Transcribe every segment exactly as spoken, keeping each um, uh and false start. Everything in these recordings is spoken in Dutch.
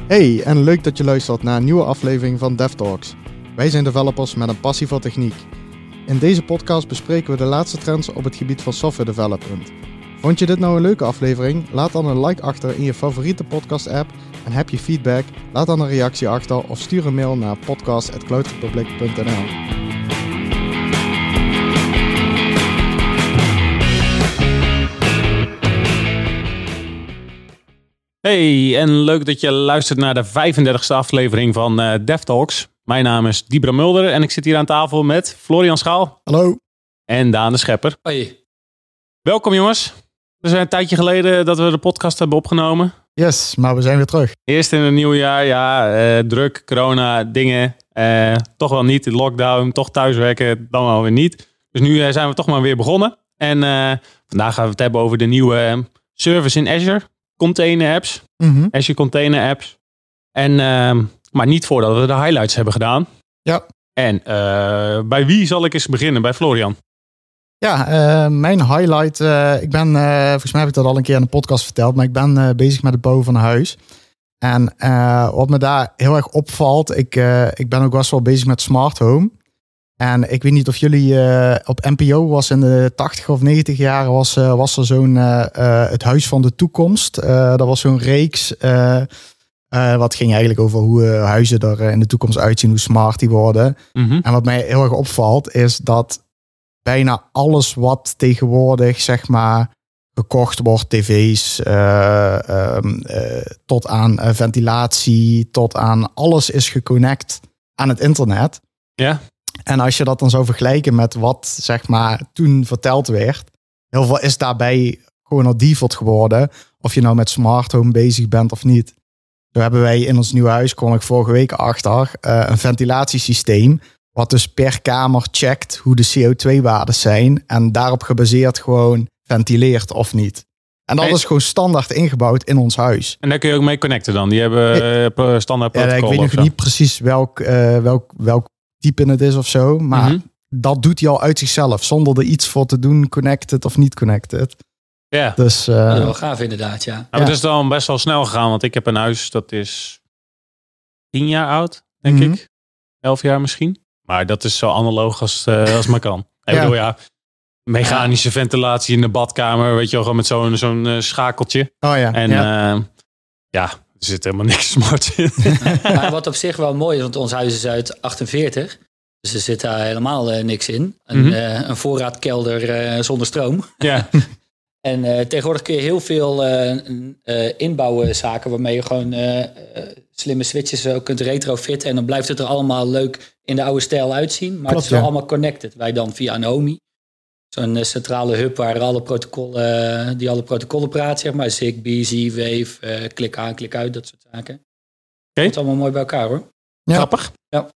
Hey, en leuk dat je luistert naar een nieuwe aflevering van DevTalks. Wij zijn developers met een passie voor techniek. In deze podcast bespreken we de laatste trends op het gebied van software development. Vond je dit nou een leuke aflevering? Laat dan een like achter in je favoriete podcast app. En heb je feedback? Laat dan een reactie achter of stuur een mail naar podcast at cloudrepublic punt n l. Hey, en leuk dat je luistert naar de vijfendertigste aflevering van uh, DevTalks. Mijn naam is Dieter Mulder en ik zit hier aan tafel met Florian Schaal. Hallo. En Daan de Schepper. Hoi. Welkom jongens. We zijn een tijdje geleden dat we de podcast hebben opgenomen. Yes, maar we zijn weer terug. Eerst in het nieuwe jaar, ja, uh, druk, corona, dingen. Uh, toch wel niet, lockdown, toch thuiswerken, dan wel weer niet. Dus nu uh, zijn we toch maar weer begonnen. En uh, vandaag gaan we het hebben over de nieuwe uh, service in Azure. Container apps. Mm-hmm. Azure Container apps. En, uh, maar niet voordat we de highlights hebben gedaan. Ja. En uh, bij wie zal ik eens beginnen? Bij Florian. Ja, uh, mijn highlight. Uh, ik ben, uh, volgens mij heb ik dat al een keer in de podcast verteld, maar ik ben uh, bezig met het bouwen van een huis. En uh, wat me daar heel erg opvalt, ik, uh, ik ben ook best wel bezig met smart home. En ik weet niet of jullie uh, op N P O was in de tachtig of negentig jaren was, uh, was er zo'n uh, uh, het huis van de toekomst. Uh, dat was zo'n reeks. Uh, uh, wat ging eigenlijk over hoe uh, huizen er uh, in de toekomst uitzien, hoe smart die worden. Mm-hmm. En wat mij heel erg opvalt is dat bijna alles wat tegenwoordig zeg maar gekocht wordt, tv's, uh, um, uh, tot aan uh, ventilatie, tot aan alles is geconnect aan het internet. Ja. En als je dat dan zou vergelijken met wat zeg maar toen verteld werd, heel veel is daarbij gewoon al default geworden. Of je nou met smart home bezig bent of niet. Zo hebben wij in ons nieuwe huis, kwam ik vorige week achter, uh, een ventilatiesysteem. Wat dus per kamer checkt hoe de C O twee waarden zijn. En daarop gebaseerd gewoon ventileert of niet. En dat en, is gewoon standaard ingebouwd in ons huis. En daar kun je ook mee connecten dan? Die hebben uh, standaard protocol. Ja, ik weet nog niet precies welk, uh, welk, welk type het is of zo. Maar mm-hmm. dat doet hij al uit zichzelf. Zonder er iets voor te doen, connected of niet connected. Ja. Dus, uh, dat is wel gaaf inderdaad, ja. Nou, ja. Het is dan best wel snel gegaan. Want ik heb een huis dat is tien jaar oud, denk mm-hmm. ik. Elf jaar misschien. Maar dat is zo analoog als, uh, als maar kan. Ik ja. bedoel, ja, mechanische ventilatie in de badkamer. Weet je wel, gewoon met zo'n, zo'n uh, schakeltje. Oh ja. En ja. Uh, ja, er zit helemaal niks smart in. Maar wat op zich wel mooi is, want ons huis is uit achtenveertig. Dus er zit daar helemaal uh, niks in. Een, mm-hmm. uh, een voorraadkelder uh, zonder stroom. Ja. En uh, tegenwoordig kun je heel veel uh, uh, inbouwen zaken waarmee je gewoon uh, uh, slimme switches ook kunt retrofitten. En dan blijft het er allemaal leuk in de oude stijl uitzien. Maar Klopt, het is wel ja. allemaal connected. Wij dan via een N O M I. Zo'n uh, centrale hub waar alle protocollen, uh, die alle protocollen praat, zeg maar. Zigbee, Z-Wave, uh, klik aan, klik uit, dat soort zaken. Het okay. komt allemaal mooi bij elkaar hoor. Ja. Grappig. Ja.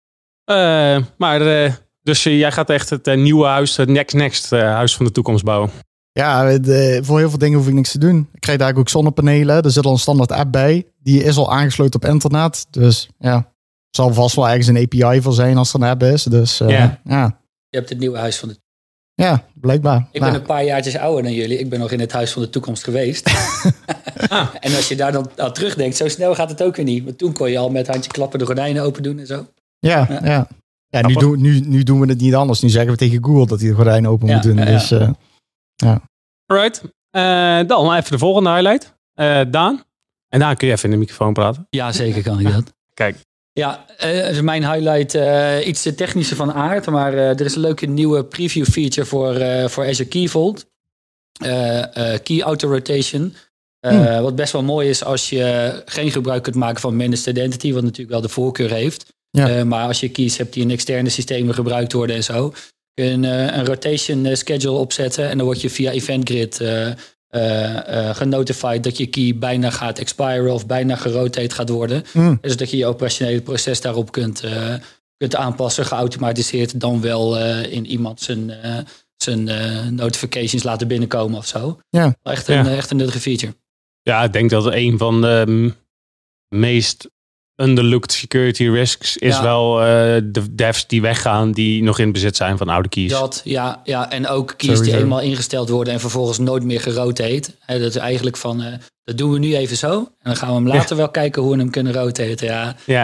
Uh, maar uh, dus uh, jij gaat echt het uh, nieuwe huis, het next next uh, huis van de toekomst bouwen. Ja, de, voor heel veel dingen hoef ik niks te doen. Ik krijg daar ook zonnepanelen. Er zit al een standaard app bij. Die is al aangesloten op internet. Dus ja, er zal vast wel ergens een A P I voor zijn als er een app is. Dus uh, yeah. ja. Je hebt het nieuwe huis van de Ja, blijkbaar. Ik nou. ben een paar jaartjes ouder dan jullie. Ik ben nog in het huis van de toekomst geweest. ah. En als je daar dan aan terugdenkt, zo snel gaat het ook weer niet. Want toen kon je al met handje klappen de gordijnen open doen en zo. Ja, ja. ja. ja nu, doen, nu, nu doen we het niet anders. Nu zeggen we tegen Google dat hij de gordijnen open ja, moet doen. Ja, dus ja. Uh, ja. Alright. Uh, dan even de volgende highlight. Uh, Daan. En Daan, kun je even in de microfoon praten? Ja, zeker kan ik dat. Kijk. Ja, uh, mijn highlight uh, iets te technische van aard. Maar uh, er is een leuke nieuwe preview feature voor, uh, voor Azure Key Vault. Uh, uh, Key Auto Rotation. Uh, hmm. Wat best wel mooi is als je geen gebruik kunt maken van Managed Identity. Wat natuurlijk wel de voorkeur heeft. Ja. Uh, maar als je keys hebt die in externe systemen gebruikt worden en zo. Kun je een, een rotation schedule opzetten. En dan word je via Event Grid uh, uh, uh, genotified dat je key bijna gaat expiren of bijna gerotate gaat worden. Mm. Dus dat je je operationele proces daarop kunt, uh, kunt aanpassen, geautomatiseerd dan wel uh, in iemand zijn, uh, zijn uh, notifications laten binnenkomen of zo. Ja. Echt een, ja. echt een nuttige feature. Ja, ik denk dat het een van de meest underlooked security risks is ja. wel uh, de devs die weggaan die nog in bezit zijn van oude keys. Dat, ja, ja, en ook keys Sowieso. die eenmaal ingesteld worden en vervolgens nooit meer gerotate. He, dat is eigenlijk van, uh, dat doen we nu even zo. En dan gaan we hem later ja. wel kijken hoe we hem kunnen rotaten. Ja, ja.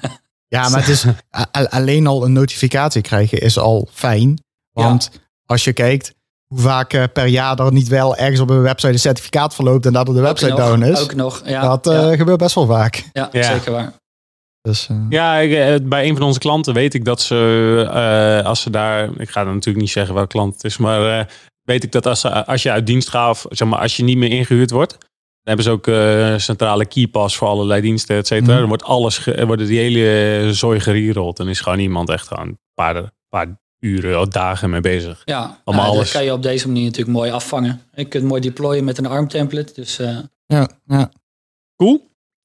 ja maar het is alleen al een notificatie krijgen is al fijn. Want ja. als je kijkt hoe vaak uh, per jaar er niet wel ergens op een website een certificaat verloopt en dat er de website ook nog, down is. Ook nog, ja. Dat uh, ja. gebeurt best wel vaak. Ja, ja. zeker waar. Dus, uh... Ja, ik, bij een van onze klanten weet ik dat ze, uh, als ze daar, ik ga dan natuurlijk niet zeggen welke klant het is, maar uh, weet ik dat als, als je uit dienst gaat, of zeg maar, als je niet meer ingehuurd wordt, dan hebben ze ook uh, centrale keypass voor allerlei diensten, et cetera. Mm. Dan wordt alles, ge, worden die hele zooi gererold en is gewoon iemand echt gewoon een paar, paar uren of dagen mee bezig. Ja, nou, alles. Dat kan je op deze manier natuurlijk mooi afvangen. Je kunt mooi deployen met een A R M template. Dus, uh... ja, ja. Cool.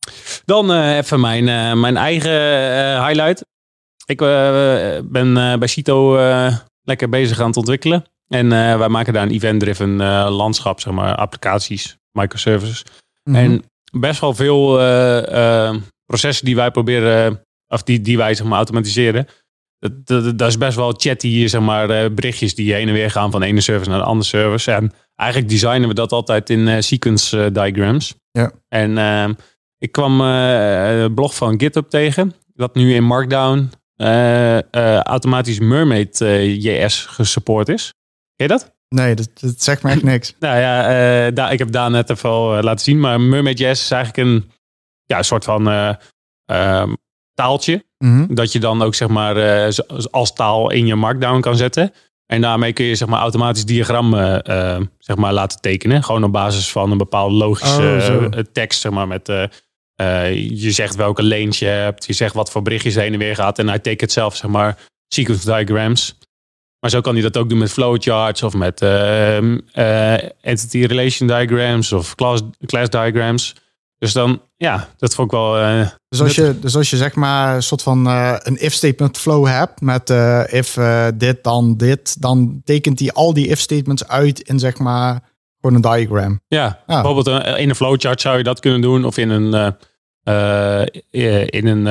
Dan uh, even mijn, uh, mijn eigen uh, highlight. Ik uh, ben uh, bij Cito uh, lekker bezig aan het ontwikkelen. En uh, wij maken daar een event-driven uh, landschap, zeg maar, applicaties, microservices. Mm-hmm. En best wel veel uh, uh, processen die wij proberen, of die, die wij zeg maar automatiseren. Dat, dat, dat is best wel chatty, zeg maar, uh, berichtjes die heen en weer gaan van de ene service naar de andere service. En eigenlijk designen we dat altijd in uh, sequence uh, diagrams. Ja. En uh, ik kwam uh, een blog van GitHub tegen, dat nu in Markdown uh, uh, automatisch Mermaid uh, J S gesupport is. Ken je dat? Nee, dat, dat zegt me echt niks. nou ja, uh, daar, ik heb daar net even al uh, laten zien, maar Mermaid J S is eigenlijk een, ja, een soort van uh, uh, taaltje. Mm-hmm. Dat je dan ook zeg maar uh, als taal in je Markdown kan zetten. En daarmee kun je zeg maar automatisch diagrammen uh, zeg maar laten tekenen. Gewoon op basis van een bepaalde logische oh, uh, tekst. Zeg maar, met, uh, uh, je zegt welke lanes je hebt. Je zegt wat voor berichtjes heen en weer gaat. En hij tekent zelf zeg maar sequence diagrams. Maar zo kan hij dat ook doen met flowcharts. Of met uh, uh, entity relation diagrams. Of class, class diagrams. Dus dan, ja, dat vond ik wel... Uh, dus, als je, dus als je zeg maar een soort van uh, een if-statement flow hebt... met uh, if uh, dit, dan dit... dan tekent hij al die if-statements uit in zeg maar gewoon een diagram. Ja, ah. bijvoorbeeld uh, in een flowchart zou je dat kunnen doen... of in een, uh, uh, in een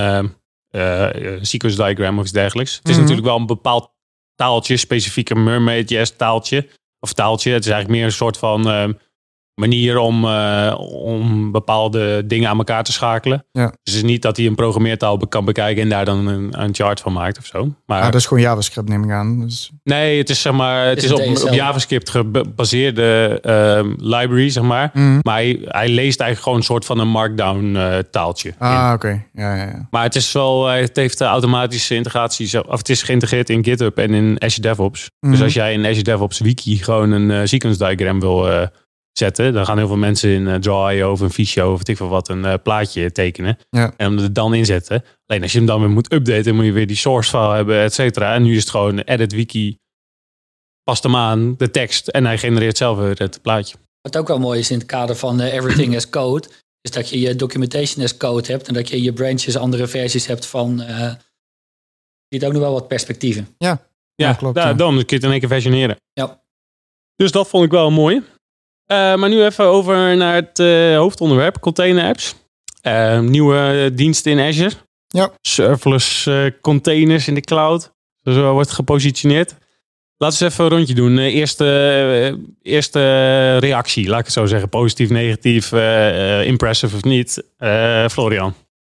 uh, uh, sequence diagram of iets dergelijks. Het is mm-hmm. natuurlijk wel een bepaald taaltje... specifieke Mermaid J S taaltje... of taaltje. Het is eigenlijk meer een soort van... Uh, manier om, uh, om bepaalde dingen aan elkaar te schakelen. Ja. Dus het is niet dat hij een programmeertaal kan bekijken en daar dan een, een chart van maakt of zo. Maar ah, dat is gewoon JavaScript, neem ik aan. Dus... Nee, het is zeg maar, het is, is op, op JavaScript gebaseerde uh, library, zeg maar. Mm. Maar hij, hij leest eigenlijk gewoon een soort van een Markdown uh, taaltje. Ah, oké. Okay. Ja, ja, ja. Maar het is wel, het heeft automatische integraties, of het is geïntegreerd in GitHub en in Azure DevOps. Mm. Dus als jij in Azure DevOps Wiki gewoon een uh, sequence diagram wil uh, zetten, dan gaan heel veel mensen in uh, Draw punt i o of een Visio of weet ik veel wat een uh, plaatje tekenen. Ja. En om het dan inzetten. Alleen als je hem dan weer moet updaten, moet je weer die source file hebben, et cetera. En nu is het gewoon edit wiki, past hem aan, de tekst en hij genereert zelf weer het plaatje. Wat ook wel mooi is in het kader van uh, everything as code, is dat je je documentation as code hebt en dat je je branches andere versies hebt van, uh, ziet ook nog wel wat perspectieven. Ja, ja, ja klopt. Da- ja. Dan kun je het in één keer versioneren. Ja. Dus dat vond ik wel mooi. Uh, maar nu even over naar het uh, hoofdonderwerp, container apps. Uh, nieuwe diensten in Azure. Ja. Serverless uh, containers in de cloud. Zo wordt gepositioneerd. Laten we eens even een rondje doen. Uh, eerste, uh, eerste reactie, laat ik het zo zeggen. Positief, negatief, uh, uh, impressive of niet. Uh, Florian.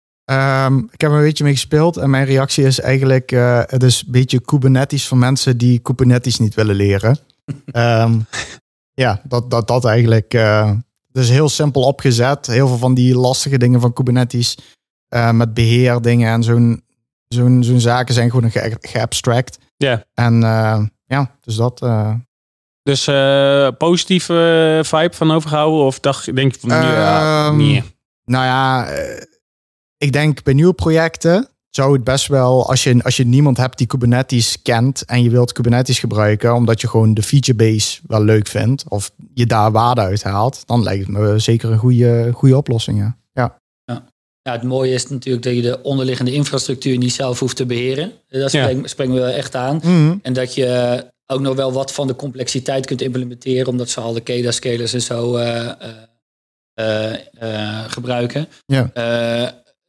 Um, ik heb er een beetje mee gespeeld. En mijn reactie is eigenlijk... Uh, het is een beetje Kubernetes voor mensen die Kubernetes niet willen leren. um, Ja, dat, dat, dat eigenlijk. Uh, het is heel simpel opgezet. Heel veel van die lastige dingen van Kubernetes. Uh, met beheerdingen en zo'n, zo'n, zo'n zaken zijn gewoon ge- geabstract. Ja. Yeah. En uh, ja, dus dat. Uh... Dus uh, positieve vibe van overgehouden? Of dacht, denk je van uh, ja, nee? Nou ja, uh, ik denk bij nieuwe projecten zou het best wel, als je, als je niemand hebt die Kubernetes kent en je wilt Kubernetes gebruiken, omdat je gewoon de feature base wel leuk vindt, of je daar waarde uit haalt, dan lijkt het me zeker een goede, goede oplossing. Ja. Ja. Ja. Ja, het mooie is natuurlijk dat je de onderliggende infrastructuur niet zelf hoeft te beheren. Dat springen, ja. springen we echt aan. Mm-hmm. En dat je ook nog wel wat van de complexiteit kunt implementeren, omdat ze al de K D A-scalers en zo uh, uh, uh, uh, gebruiken. Ja. Uh,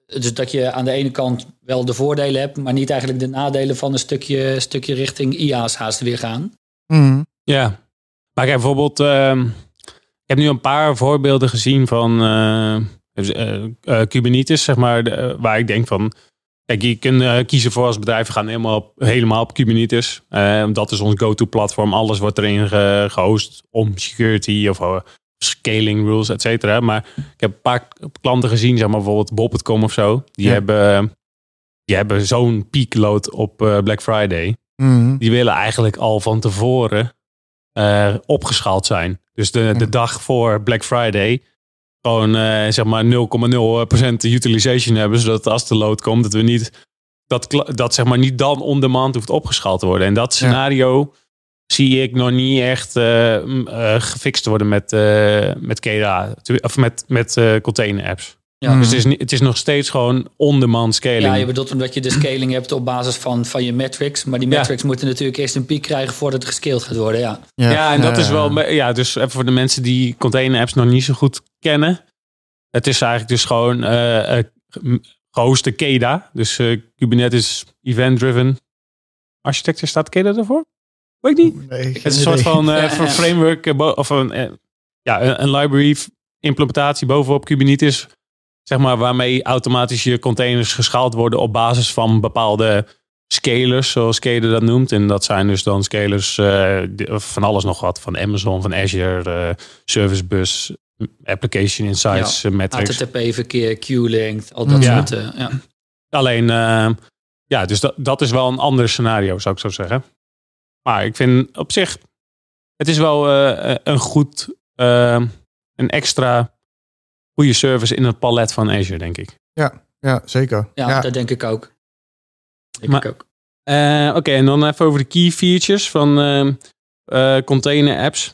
dus dat je aan de ene kant wel de voordelen hebt, maar niet eigenlijk de nadelen van een stukje, stukje richting I Aa's haast weer gaan. Mm. Ja, maar kijk, bijvoorbeeld, uh, ik heb nu een paar voorbeelden gezien van uh, uh, uh, Kubernetes, zeg maar, de, uh, waar ik denk van, kijk, je kunt uh, kiezen voor als bedrijf, we gaan helemaal op, helemaal op Kubernetes. Uh, dat is ons go-to platform, alles wordt erin ge- gehost om security of uh, scaling rules, et cetera. Maar ik heb een paar klanten gezien, zeg maar bijvoorbeeld Bob punt com of zo, die, ja. hebben, die hebben zo'n peak load op uh, Black Friday. Mm. Die willen eigenlijk al van tevoren uh, opgeschaald zijn. Dus de, de dag voor Black Friday gewoon uh, zeg maar nul komma nul procent utilization hebben, zodat als de load komt, dat we niet dat, dat zeg maar niet dan on demand hoeft opgeschaald te worden. En dat scenario ja. zie ik nog niet echt uh, uh, gefixt worden met uh, met K D A of met met uh, container apps. Ja. Dus het is, het is nog steeds gewoon on-demand scaling. Ja, je bedoelt omdat je de scaling hebt op basis van, van je metrics. Maar die metrics ja. moeten natuurlijk eerst een piek krijgen voordat het gescaled gaat worden. Ja, ja, ja en dat uh, is wel... Ja, dus even voor de mensen die container apps nog niet zo goed kennen. Het is eigenlijk dus gewoon uh, uh, gehoste K D A. Dus uh, Kubernetes Event Driven Architecture. Staat K D A ervoor? Weet ik niet. Nee, het is een soort van uh, framework uh, bo- of een, uh, ja, een, een library implementatie bovenop Kubernetes. Zeg maar, waarmee automatisch je containers geschaald worden op basis van bepaalde scalers, zoals Kede dat noemt. En dat zijn dus dan scalers uh, van alles nog wat. Van Amazon, van Azure, uh, Service Bus, Application Insights, ja, metrics. H T T P-verkeer, Q-length, al dat ja. soort... Uh, ja. Alleen, uh, ja, dus dat, dat is wel een ander scenario, zou ik zo zeggen. Maar ik vind op zich, het is wel uh, een goed, uh, een extra... goede service in het palet van Azure, denk ik. Ja, ja zeker. Ja, ja, dat denk ik ook. Denk maar, ik ook. Uh, Oké, okay, en dan even over de key features van uh, uh, container apps.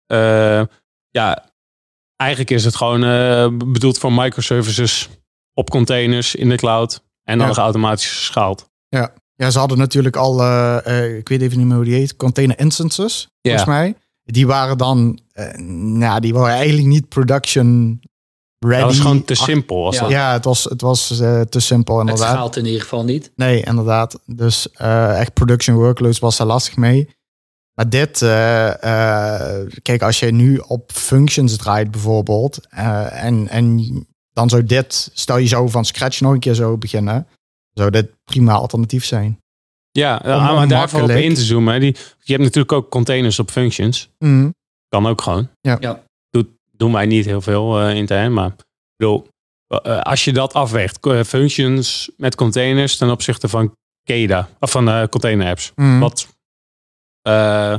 Uh, ja, eigenlijk is het gewoon uh, bedoeld voor microservices op containers in de cloud en dan ja. automatisch geschaald. Ja. ja, ze hadden natuurlijk al, uh, uh, ik weet even niet meer hoe die heet, container instances, ja. volgens mij. Die waren dan, uh, nou, die waren eigenlijk niet production ready. Dat was gewoon te simpel. Was ja. dat? ja, het was, het was uh, te simpel inderdaad. Het schaalt in ieder geval niet. Nee, inderdaad. Dus uh, echt production workloads was daar lastig mee. Maar dit, uh, uh, kijk, als je nu op functions draait bijvoorbeeld, uh, en, en dan zou dit, stel je zou van scratch nog een keer zo beginnen, zou dit prima alternatief zijn. Ja, om, maar daarvoor op in te zoomen. Die, je hebt natuurlijk ook containers op functions. Mm. Kan ook gewoon. Ja. ja. Doet, doen wij niet heel veel uh, intern, maar ik bedoel, uh, als je dat afweegt, uh, functions met containers ten opzichte van K D A, of van uh, container apps. Mm. Wat, uh,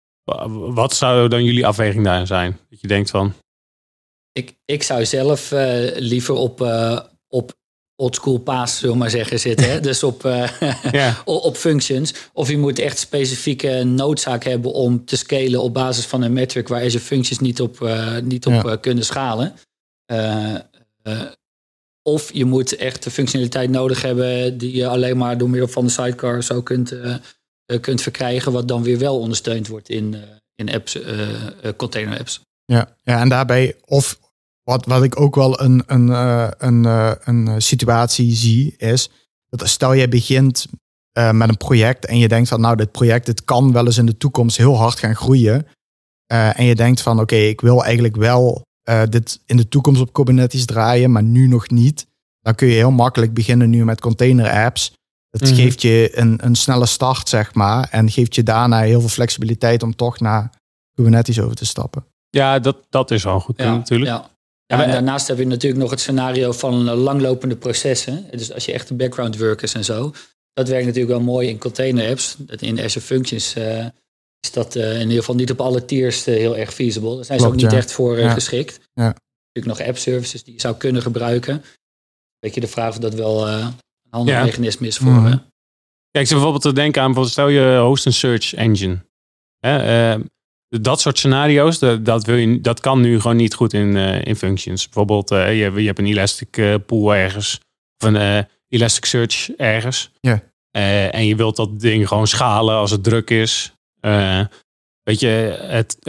wat zou dan jullie afweging daarin zijn? Dat je denkt van... Ik, ik zou zelf uh, liever op, uh, op oldschool paas, zullen we maar zeggen, zitten. Hè? Dus op, uh, yeah. op functions. Of je moet echt specifieke noodzaak hebben om te scalen op basis van een metric waar je functies niet op, uh, niet op ja. uh, kunnen schalen. Uh, uh, of je moet echt de functionaliteit nodig hebben die je alleen maar door middel van de sidecar zo kunt, uh, uh, kunt verkrijgen, wat dan weer wel ondersteund wordt in, uh, in apps, uh, uh, container apps. Ja, ja, en daarbij, of wat, wat ik ook wel een, een, uh, een, uh, een situatie zie, is dat stel je begint uh, met een project en je denkt van nou, dit project, dit kan wel eens in de toekomst heel hard gaan groeien. Uh, en je denkt van oké, okay, ik wil eigenlijk wel uh, dit in de toekomst op Kubernetes draaien, maar nu nog niet. Dan kun je heel makkelijk beginnen nu met container apps. Het mm-hmm. geeft je een, een snelle start, zeg maar, en geeft je daarna heel veel flexibiliteit om toch naar Kubernetes over te stappen. Ja, dat, dat is wel goed ja, natuurlijk. Ja. Ja, en daarnaast heb je natuurlijk nog het scenario van langlopende processen. Dus als je echt de background workers en zo. Dat werkt natuurlijk wel mooi in container apps. In Azure Functions uh, is dat uh, in ieder geval niet op alle tiers uh, heel erg feasible. Daar zijn ze ook niet ja. echt voor uh, ja. geschikt. Ja. Natuurlijk nog app services die je zou kunnen gebruiken. Weet je de vraag of dat wel uh, een handig ja. mechanisme is voor... Mm-hmm. Uh, ja, ik zit bijvoorbeeld te denken aan, stel je host een search engine. Hè, uh, Dat soort scenario's, dat, dat, wil je, dat kan nu gewoon niet goed in, uh, in functions. Bijvoorbeeld, uh, je, je hebt een elastic uh, pool ergens. Of een uh, elastic search ergens. Yeah. Uh, en je wilt dat ding gewoon schalen als het druk is. Uh, weet je, het, het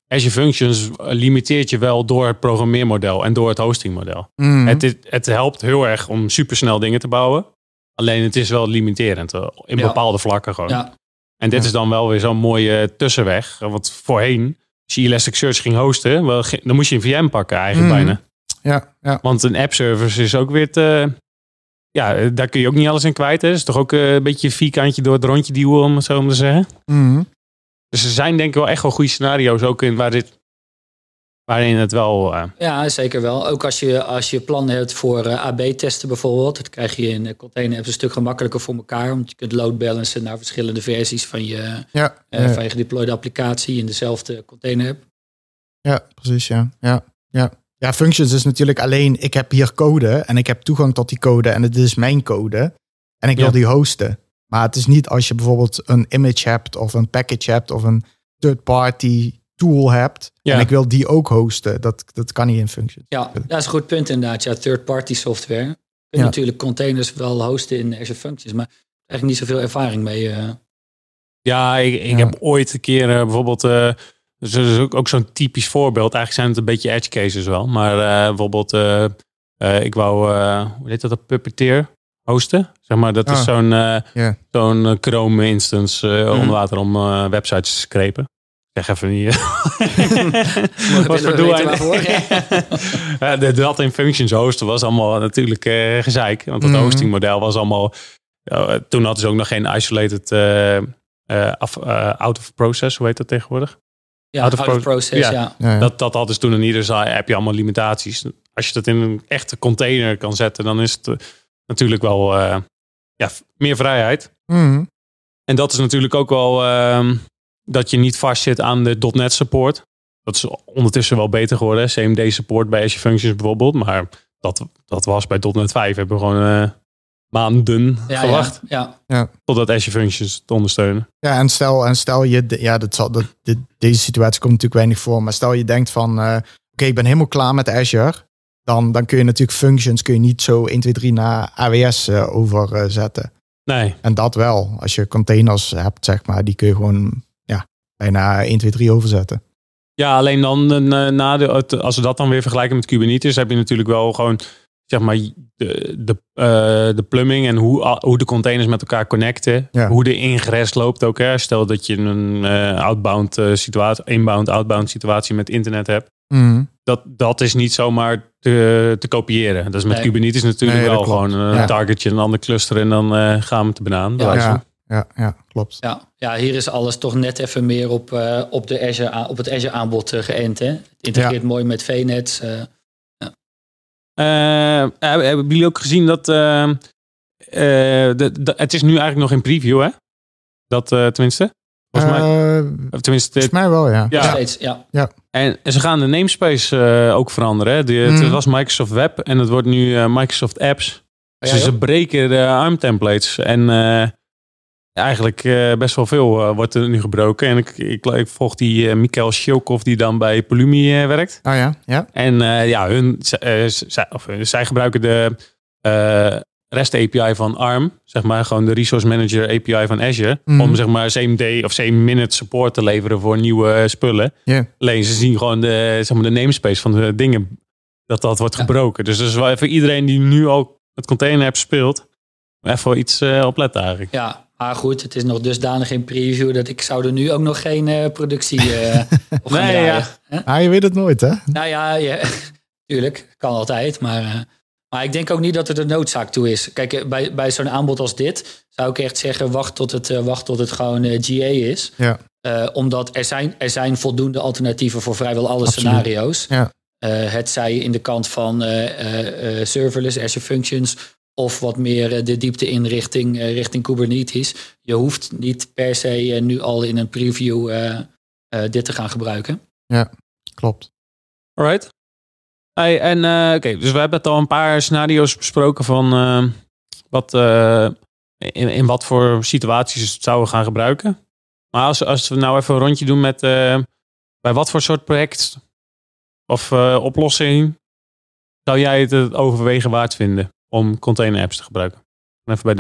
Azure Functions limiteert je wel door het programmeermodel en door het hostingmodel. Mm. Het, het, het helpt heel erg om supersnel dingen te bouwen. Alleen het is wel limiterend in Ja. bepaalde vlakken gewoon. Ja. En dit Ja. is dan wel weer zo'n mooie tussenweg. Want voorheen, als je Elasticsearch ging hosten, wel, dan moest je een V M pakken eigenlijk Mm. bijna. Ja, ja. Want een app service is ook weer te... Ja, daar kun je ook niet alles in kwijt. Hè. Het is toch ook een beetje vierkantje door het rondje duwen, om het zo maar te zeggen. Mm. Dus er zijn denk ik wel echt wel goede scenario's ook in waar dit, waarin het wel... Uh, Ja, zeker wel. Ook als je, als je plannen hebt voor uh, A B-testen bijvoorbeeld. Dat krijg je in uh, container apps een stuk gemakkelijker voor elkaar. Want je kunt load balancen naar verschillende versies van je, Ja, uh, ja. van je gedeployde applicatie in dezelfde container app. Ja, precies, ja. Ja, ja. Ja, Functions is natuurlijk alleen, ik heb hier code en ik heb toegang tot die code en het is mijn code en ik wil Ja. die hosten. Maar het is niet als je bijvoorbeeld een image hebt of een package hebt of een third-party tool hebt Ja. en ik wil die ook hosten. Dat, dat kan niet in Functions. Ja, dat is een goed punt inderdaad. Ja, third-party software. Je kunt Ja. natuurlijk containers wel hosten in Azure Functions, maar eigenlijk niet zoveel ervaring mee. Uh. ja, ik, ik Ja. heb ooit een keer uh, bijvoorbeeld... Uh, dus dat is ook, ook zo'n typisch voorbeeld. Eigenlijk zijn het een beetje edge cases wel. Maar uh, bijvoorbeeld, uh, uh, ik wou, uh, hoe heet dat, een Puppeteer hosten. Zeg maar, dat Ah. is zo'n uh, Ja. zo'n Chrome instance uh, Mhm. onder water om uh, websites te scrapen. Ik zeg even niet. Wat Wat voor weten doeleinde? waarvoor? Ja, de- dat in Functions hosten was allemaal natuurlijk uh, gezeik. Want het Mhm. hostingmodel was allemaal... Uh, toen hadden ze ook nog geen isolated uh, uh, af, uh, out of process. Hoe heet dat tegenwoordig? Ja, Out out of of, pro- process, ja. ja. Ja, ja. Dat, dat hadden ze toen in ieder geval. Heb je allemaal limitaties. Als je dat in een echte container kan zetten, dan is het uh, natuurlijk wel uh, ja, meer vrijheid. Mhm. En dat is natuurlijk ook wel uh, dat je niet vastzit aan de .NET support. Dat is ondertussen wel beter geworden. C M D support bij Azure Functions bijvoorbeeld. Maar dat, dat was bij .NET vijf. Hebben we gewoon uh, maanden Ja, gewacht. Ja, ja. Totdat Azure Functions te ondersteunen. Ja, en stel, en stel je, ja, dat zal, dat, dit, deze situatie komt natuurlijk weinig voor, maar stel je denkt van, uh, oké, okay, ik ben helemaal klaar met Azure, dan, dan kun je natuurlijk Functions, kun je niet zo één, twee, drie naar A W S uh, overzetten. Nee. En dat wel, als je containers hebt, zeg maar, die kun je gewoon, ja, bijna één, twee, drie overzetten. Ja, alleen dan uh, na de, als we dat dan weer vergelijken met Kubernetes, heb je natuurlijk wel gewoon, zeg maar, de, de, uh, de plumbing en hoe, hoe de containers met elkaar connecten. Ja. Hoe de ingress loopt ook. Hè. Stel dat je een uh, outbound uh, situatie, inbound, outbound situatie met internet hebt. Mm. Dat, dat is niet zomaar te, te kopiëren. Dat is met Nee. Kubernetes natuurlijk Nee, dat wel klopt. gewoon een Ja. targetje, een ander cluster en dan uh, gaan we het banaan. Ja. Ja, ja, ja, klopt. Ja, ja, hier is alles toch net even meer op, uh, op, de Azure, a- op het Azure aanbod uh, geënt. Hè? Het integreert mooi met V NETs. Uh, Uh, hebben jullie ook gezien dat... Uh, uh, de, de, het is nu eigenlijk nog in preview, hè? Dat uh, tenminste. Volgens Uh, mij. Of tenminste. volgens mij wel, ja. Ja. nog steeds, ja. En ze gaan de namespace uh, ook veranderen. Hè? De, Mm. Het was Microsoft Web en het wordt nu uh, Microsoft Apps. Dus ja, ze joh. breken de A R M-templates. En uh, eigenlijk uh, best wel veel uh, wordt er nu gebroken. En ik, ik, ik volg die uh, Mikhail Shilkov die dan bij Pulumi uh, werkt. Oh ja, ja. En uh, ja, hun, uh, zij, of, uh, zij gebruiken de uh, REST A P I van A R M. Zeg maar gewoon de Resource Manager A P I van Azure. Mm. Om zeg maar C M D of same minute support te leveren voor nieuwe spullen. Yeah. Alleen ze zien gewoon de, zeg maar, de namespace van de dingen. Dat dat wordt Ja. gebroken. Dus dat is wel even iedereen die nu al het container app speelt. Even iets uh, opletten eigenlijk. Ja, maar goed, het is nog dusdanig in preview dat ik zou er nu ook nog geen uh, productie uh, op gaan Nee, draaien. ja. Hè? Ah, je weet het nooit, hè? Nou ja, ja tuurlijk, kan altijd. Maar, uh, maar ik denk ook niet dat er de noodzaak toe is. Kijk, uh, bij, bij zo'n aanbod als dit zou ik echt zeggen, wacht tot het, uh, wacht tot het gewoon uh, G A is. Ja. Uh, omdat er zijn, er zijn voldoende alternatieven voor vrijwel alle Absoluut. scenario's. Ja. Uh, het zij in de kant van uh, uh, uh, serverless, Azure Functions, of wat meer uh, de diepte in richting, uh, richting Kubernetes. Je hoeft niet per se uh, nu al in een preview uh, uh, dit te gaan gebruiken. Ja, klopt. Alright. Hey, en uh, oké, okay, dus we hebben het al een paar scenario's besproken van uh, wat, uh, in, in wat voor situaties het zouden gaan gebruiken. Maar als, als we nou even een rondje doen met uh, bij wat voor soort project of uh, oplossing zou jij het, het overwegen waard vinden om container apps te gebruiken? Even bij Daan.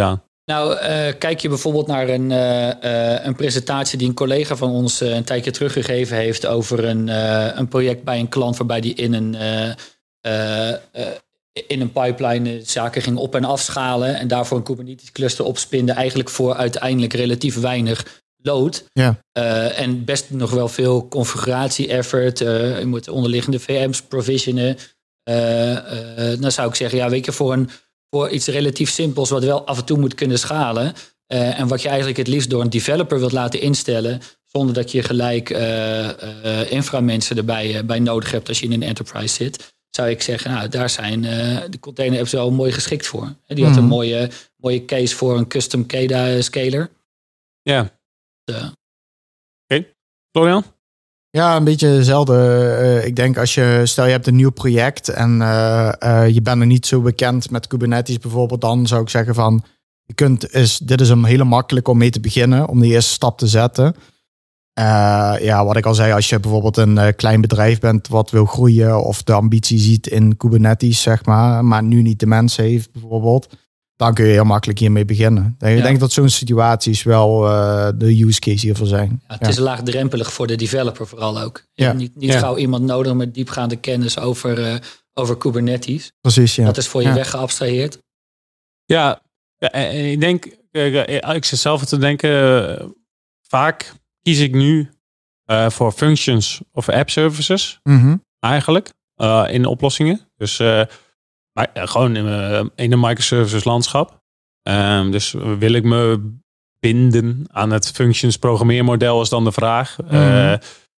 Nou, uh, kijk je bijvoorbeeld naar een, uh, uh, een presentatie die een collega van ons uh, een tijdje teruggegeven heeft over een, uh, een project bij een klant waarbij die in een, uh, uh, uh, in een pipeline zaken ging op- en afschalen en daarvoor een Kubernetes cluster opspinde, eigenlijk voor uiteindelijk relatief weinig load. Ja. Uh, en best nog wel veel configuratie-effort. Uh, je moet onderliggende V M's provisionen. Uh, uh, dan zou ik zeggen, ja, weet je, voor, een, voor iets relatief simpels wat wel af en toe moet kunnen schalen. Uh, en wat je eigenlijk het liefst door een developer wilt laten instellen, zonder dat je gelijk uh, uh, inframensen erbij uh, bij nodig hebt als je in een enterprise zit. Zou ik zeggen, nou, daar zijn uh, de container apps wel mooi geschikt voor. Die had een mm. mooie, mooie case voor een custom K D A scaler. Ja. Uh, Oké. Okay. Florian? Ja, een beetje hetzelfde. Uh, ik denk als je, stel je hebt een nieuw project en uh, uh, je bent nog niet zo bekend met Kubernetes bijvoorbeeld, dan zou ik zeggen van, je kunt, is, dit is een hele makkelijk om mee te beginnen, om die eerste stap te zetten. Uh, ja, wat ik al zei, als je bijvoorbeeld een uh, klein bedrijf bent wat wil groeien of de ambitie ziet in Kubernetes, zeg maar, maar nu niet de mensen heeft bijvoorbeeld, dan kun je heel makkelijk hiermee beginnen. Ik ja. denk dat zo'n situaties wel uh, de use case hiervoor zijn. Ja, het ja. is laagdrempelig voor de developer vooral ook. Je ja. hebt niet, niet ja. gauw iemand nodig met diepgaande kennis over, uh, over Kubernetes. Precies, ja. Dat is voor je ja. weggeabstraheerd. Ja, ja, ik denk, ik zit zelf te denken, vaak kies ik nu uh, voor functions of app services mm-hmm. eigenlijk uh, in oplossingen. Dus uh, maar, uh, gewoon in, uh, in een microservices landschap. Um, dus wil ik me binden aan het functions programmeermodel is dan de vraag. Mm-hmm. Uh,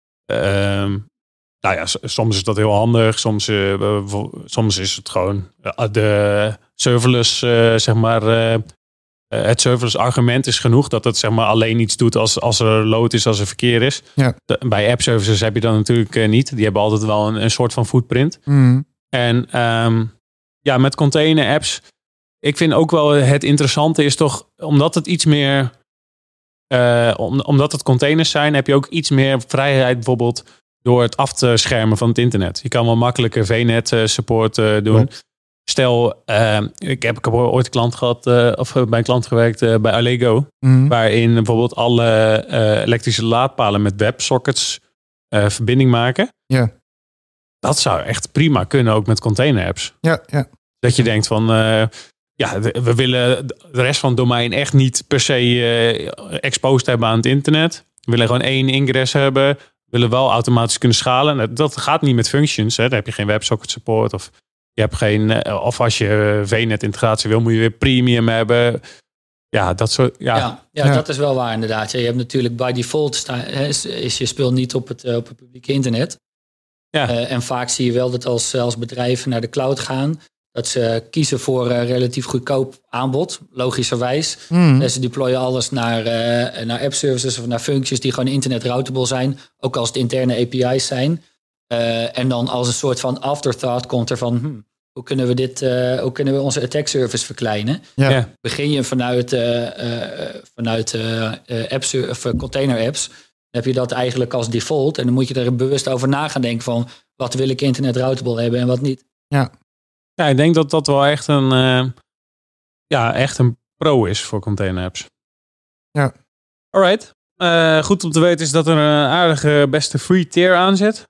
um, nou ja, soms is dat heel handig. Soms, uh, soms is het gewoon uh, de serverless, uh, zeg maar. Uh, Uh, het serverless argument is genoeg dat het zeg maar alleen iets doet als, als er load is, als er verkeer is. Ja. De, bij app services heb je dat natuurlijk uh, niet. Die hebben altijd wel een, een soort van footprint. Mm. En um, ja, met container apps, ik vind ook wel het interessante is toch, omdat het iets meer, uh, om, omdat het containers zijn, heb je ook iets meer vrijheid bijvoorbeeld door het af te schermen van het internet. Je kan wel makkelijker V Net uh, support uh, doen. Ja. Stel, uh, ik, heb, ik heb ooit een klant gehad, uh, of bij een klant gewerkt uh, bij Allego, mm. waarin bijvoorbeeld alle uh, elektrische laadpalen met websockets uh, verbinding maken. Ja. Dat zou echt prima kunnen, ook met container apps. Ja, ja. Dat je denkt van, uh, ja, we willen de rest van het domein echt niet per se uh, exposed hebben aan het internet. We willen gewoon één ingress hebben. We willen wel automatisch kunnen schalen. Dat gaat niet met functions. Hè. Dan heb je geen WebSocket support of... Je hebt geen, of als je V Net integratie wil, moet je weer premium hebben. Ja, dat soort. Ja, ja, ja, ja. dat is wel waar inderdaad. Je hebt natuurlijk by default sta, is, is je speel niet op het, op het publieke internet. Ja. Uh, en vaak zie je wel dat als, als bedrijven naar de cloud gaan, dat ze kiezen voor een relatief goedkoop aanbod, logischerwijs. Mm. Ze deployen alles naar, uh, naar app services of naar functies die gewoon internet routable zijn, ook als het interne A P I's zijn. Uh, en dan als een soort van afterthought komt er van, hmm, hoe kunnen we dit, uh, hoe kunnen we onze attack service verkleinen? Ja. Ja. Begin je vanuit, uh, uh, vanuit uh, apps of container apps, dan heb je dat eigenlijk als default. En dan moet je er bewust over na gaan denken van, wat wil ik internet routable hebben en wat niet? Ja, ja ik denk dat dat wel echt een, uh, ja, echt een pro is voor container apps. Ja. Alright. Uh, goed om te weten is dat er een aardige beste free tier aan zit.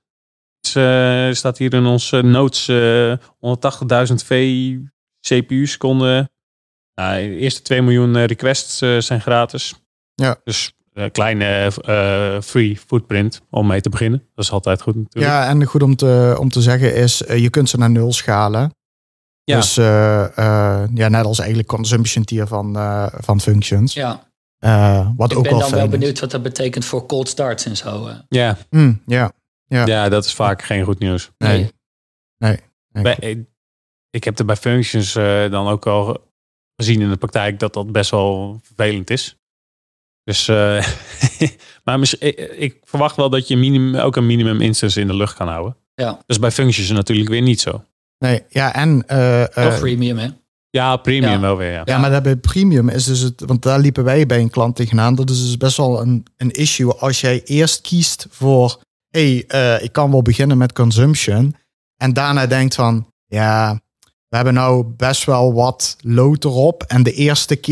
Er uh, staat hier in onze notes uh, honderdtachtigduizend V C P U-seconden. Uh, de eerste twee miljoen requests uh, zijn gratis. Ja. Dus een uh, kleine uh, free footprint om mee te beginnen. Dat is altijd goed natuurlijk. Ja, en goed om te, om te zeggen is, uh, je kunt ze naar nul schalen. Ja. Dus uh, uh, ja, net als eigenlijk consumption tier van, uh, van functions. Ja. Uh, wat Ik ook ben wel dan wel is. benieuwd wat dat betekent voor cold starts en zo. Uh. Ja. Mm, ja. Ja. ja, dat is vaak geen goed nieuws. Nee. Nee. nee. nee. Bij, ik heb er bij functions uh, dan ook al gezien in de praktijk dat dat best wel vervelend is. Dus, uh, maar mis, ik, ik verwacht wel dat je minimum, ook een minimum instance in de lucht kan houden. Ja. Dus bij functions natuurlijk weer niet zo. Nee, ja, en... Uh, Toch uh, premium, hè? Ja, premium ja. wel weer, ja. Ja, maar dat bij premium is dus het... Want daar liepen wij bij een klant tegenaan. Dat is dus best wel een, een issue als jij eerst kiest voor... hey, uh, ik kan wel beginnen met consumption. En daarna denkt van, ja, we hebben nou best wel wat load erop. En de eerste keer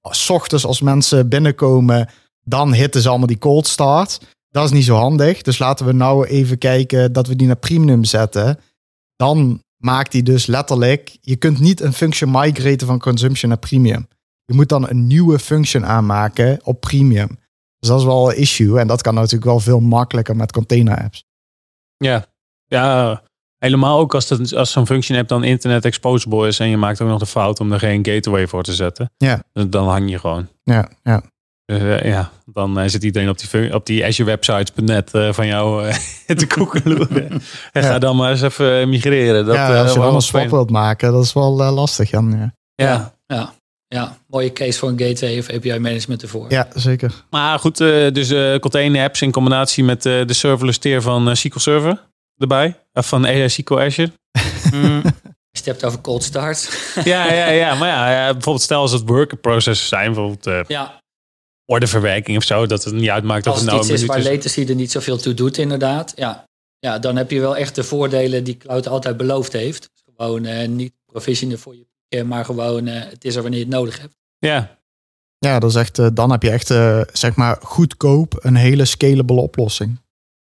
's ochtends als mensen binnenkomen, dan hitten ze allemaal die cold start. Dat is niet zo handig. Dus laten we nou even kijken dat we die naar premium zetten. Dan maakt die dus letterlijk, je kunt niet een function migraten van consumption naar premium. Je moet dan een nieuwe function aanmaken op premium. Dus dat is wel een issue. En dat kan natuurlijk wel veel makkelijker met container apps. Ja, ja. Helemaal ook als, dat, als zo'n function app dan internet exposable is en je maakt ook nog de fout om er geen gateway voor te zetten. Ja. Dan hang je gewoon. Ja, ja. Dus, uh, ja, dan uh, zit iedereen op die, op die azure websites punt net uh, van jou uh, te koekeloeren. En ja. Ga dan maar eens even migreren. Dat, ja, als je uh, dan een swap wilt maken, dat is wel uh, lastig, Jan. Ja. Ja, ja. Ja, mooie case voor een gateway of A P I management ervoor. Ja, zeker. Maar goed, uh, dus uh, container apps in combinatie met uh, de serverless tier van uh, S Q L Server erbij. Of van uh, S Q L Azure. Mm. Je hebt over cold start. ja, ja, ja, maar ja, ja, bijvoorbeeld stel als het worker processes zijn, bijvoorbeeld uh, ja. ordeverwerking of zo, dat het niet uitmaakt als of het nou iets is waar is. latency er niet zoveel toe doet, inderdaad. Ja. Ja, dan heb je wel echt de voordelen die cloud altijd beloofd heeft. Gewoon uh, niet provisionen voor je maar gewoon uh, het is er wanneer je het nodig hebt. Ja. Ja, dat is echt, uh, dan heb je echt, uh, zeg maar, goedkoop een hele scalable oplossing.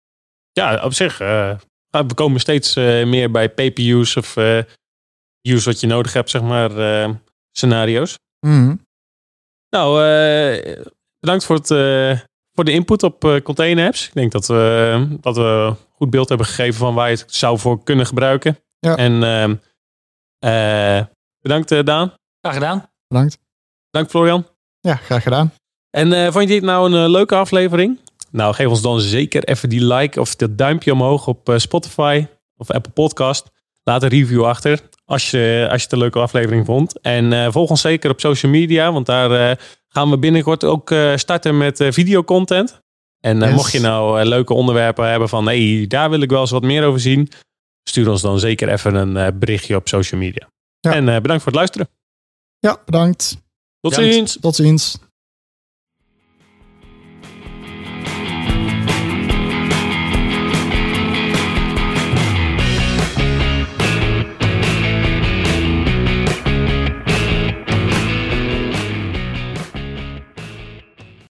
Ja, op zich. Uh, we komen steeds uh, meer bij pay-per-use of uh, use wat je nodig hebt, zeg maar, uh, scenario's. Mm-hmm. Nou, uh, bedankt voor, het, uh, voor de input op uh, container apps. Ik denk dat we, uh, dat we een goed beeld hebben gegeven van waar je het zou voor kunnen gebruiken. Ja. En uh, uh, bedankt uh, Daan. Graag gedaan. Bedankt. Dank Florian. Ja, graag gedaan. En uh, vond je dit nou een uh, leuke aflevering? Nou, geef ons dan zeker even die like of dat duimpje omhoog op uh, Spotify of Apple Podcast. Laat een review achter als je, als je het een leuke aflevering vond. En uh, volg ons zeker op social media, want daar uh, gaan we binnenkort ook uh, starten met uh, videocontent. En uh, yes. mocht je nou uh, leuke onderwerpen hebben van hey, daar wil ik wel eens wat meer over zien, stuur ons dan zeker even een uh, berichtje op social media. Ja. En uh, bedankt voor het luisteren. Ja, bedankt. Tot bedankt. ziens. Tot ziens.